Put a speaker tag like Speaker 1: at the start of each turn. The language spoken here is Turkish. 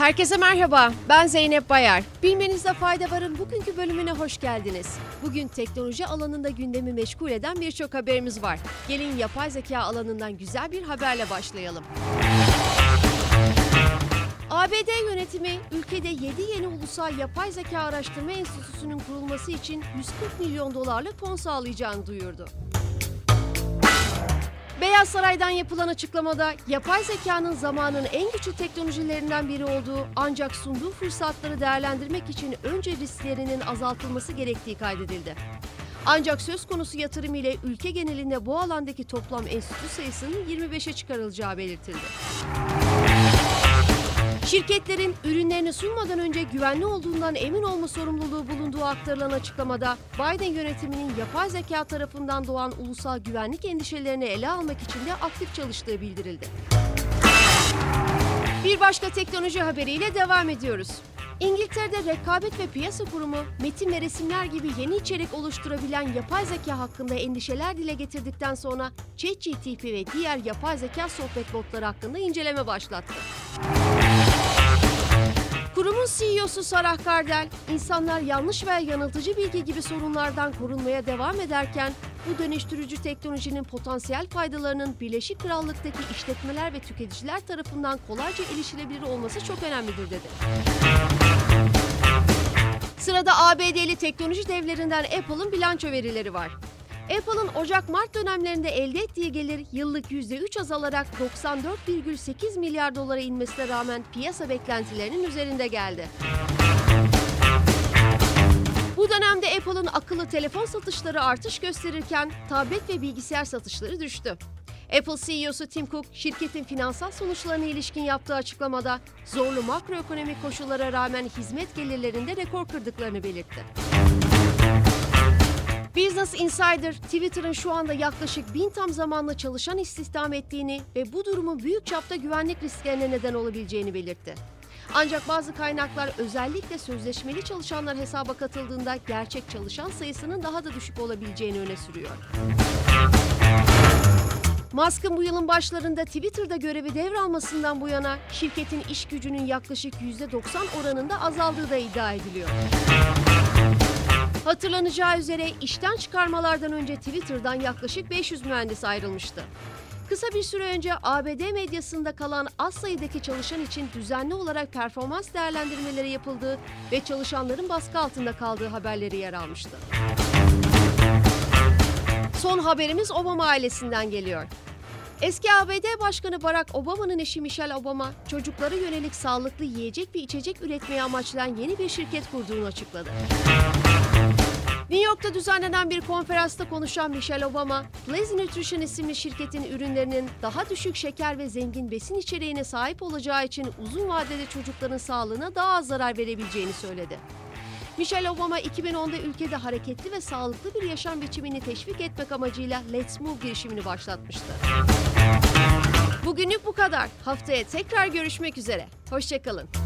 Speaker 1: Herkese merhaba, ben Zeynep Bayar. Bilmenizde fayda varın bugünkü bölümüne hoş geldiniz. Bugün teknoloji alanında gündemi meşgul eden birçok haberimiz var. Gelin yapay zeka alanından güzel bir haberle başlayalım. ABD yönetimi ülkede 7 yeni ulusal yapay zeka araştırma enstitüsünün kurulması için 140 milyon dolarlık fon sağlayacağını duyurdu. Beyaz Saray'dan yapılan açıklamada yapay zekanın zamanın en güçlü teknolojilerinden biri olduğu ancak sunduğu fırsatları değerlendirmek için önce risklerinin azaltılması gerektiği kaydedildi. Ancak söz konusu yatırım ile ülke genelinde bu alandaki toplam enstitü sayısının 25'e çıkarılacağı belirtildi. Şirketlerin ürünlerini sunmadan önce güvenli olduğundan emin olma sorumluluğu bulunduğu aktarılan açıklamada, Biden yönetiminin yapay zeka tarafından doğan ulusal güvenlik endişelerini ele almak için de aktif çalıştığı bildirildi. Bir başka teknoloji haberiyle devam ediyoruz. İngiltere'de Rekabet ve Piyasa Kurumu, metin ve resimler gibi yeni içerik oluşturabilen yapay zeka hakkında endişeler dile getirdikten sonra ChatGPT ve diğer yapay zeka sohbet botları hakkında inceleme başlattı. Kurumun CEO'su Sarah Kardel, insanlar yanlış veya yanıltıcı bilgi gibi sorunlardan korunmaya devam ederken, bu dönüştürücü teknolojinin potansiyel faydalarının Birleşik Krallık'taki işletmeler ve tüketiciler tarafından kolayca erişilebilir olması çok önemlidir dedi. Sırada ABD'li teknoloji devlerinden Apple'ın bilanço verileri var. Apple'ın Ocak-Mart dönemlerinde elde ettiği gelir yıllık %3 azalarak 94,8 milyar dolara inmesine rağmen piyasa beklentilerinin üzerinde geldi. Bu dönemde Apple'ın akıllı telefon satışları artış gösterirken tablet ve bilgisayar satışları düştü. Apple CEO'su Tim Cook, şirketin finansal sonuçlarına ilişkin yaptığı açıklamada zorlu makroekonomik koşullara rağmen hizmet gelirlerinde rekor kırdıklarını belirtti. Business Insider, Twitter'ın şu anda yaklaşık 1000 tam zamanlı çalışan istihdam ettiğini ve bu durumun büyük çapta güvenlik risklerine neden olabileceğini belirtti. Ancak bazı kaynaklar özellikle sözleşmeli çalışanlar hesaba katıldığında gerçek çalışan sayısının daha da düşük olabileceğini öne sürüyor. Musk'ın bu yılın başlarında Twitter'da görevi devralmasından bu yana şirketin iş gücünün yaklaşık %90 oranında azaldığı da iddia ediliyor. Hatırlanacağı üzere işten çıkarmalardan önce Twitter'dan yaklaşık 500 mühendis ayrılmıştı. Kısa bir süre önce ABD medyasında kalan az sayıdaki çalışan için düzenli olarak performans değerlendirmeleri yapıldığı ve çalışanların baskı altında kaldığı haberleri yer almıştı. Son haberimiz Obama ailesinden geliyor. Eski ABD Başkanı Barack Obama'nın eşi Michelle Obama, çocuklara yönelik sağlıklı yiyecek ve içecek üretmeyi amaçlayan yeni bir şirket kurduğunu açıkladı. New York'ta düzenlenen bir konferansta konuşan Michelle Obama, Blaze Nutrition isimli şirketin ürünlerinin daha düşük şeker ve zengin besin içeriğine sahip olacağı için uzun vadede çocukların sağlığına daha az zarar verebileceğini söyledi. Michelle Obama 2010'da ülkede hareketli ve sağlıklı bir yaşam biçimini teşvik etmek amacıyla Let's Move girişimini başlatmıştı. Bugünlük bu kadar. Haftaya tekrar görüşmek üzere. Hoşça kalın.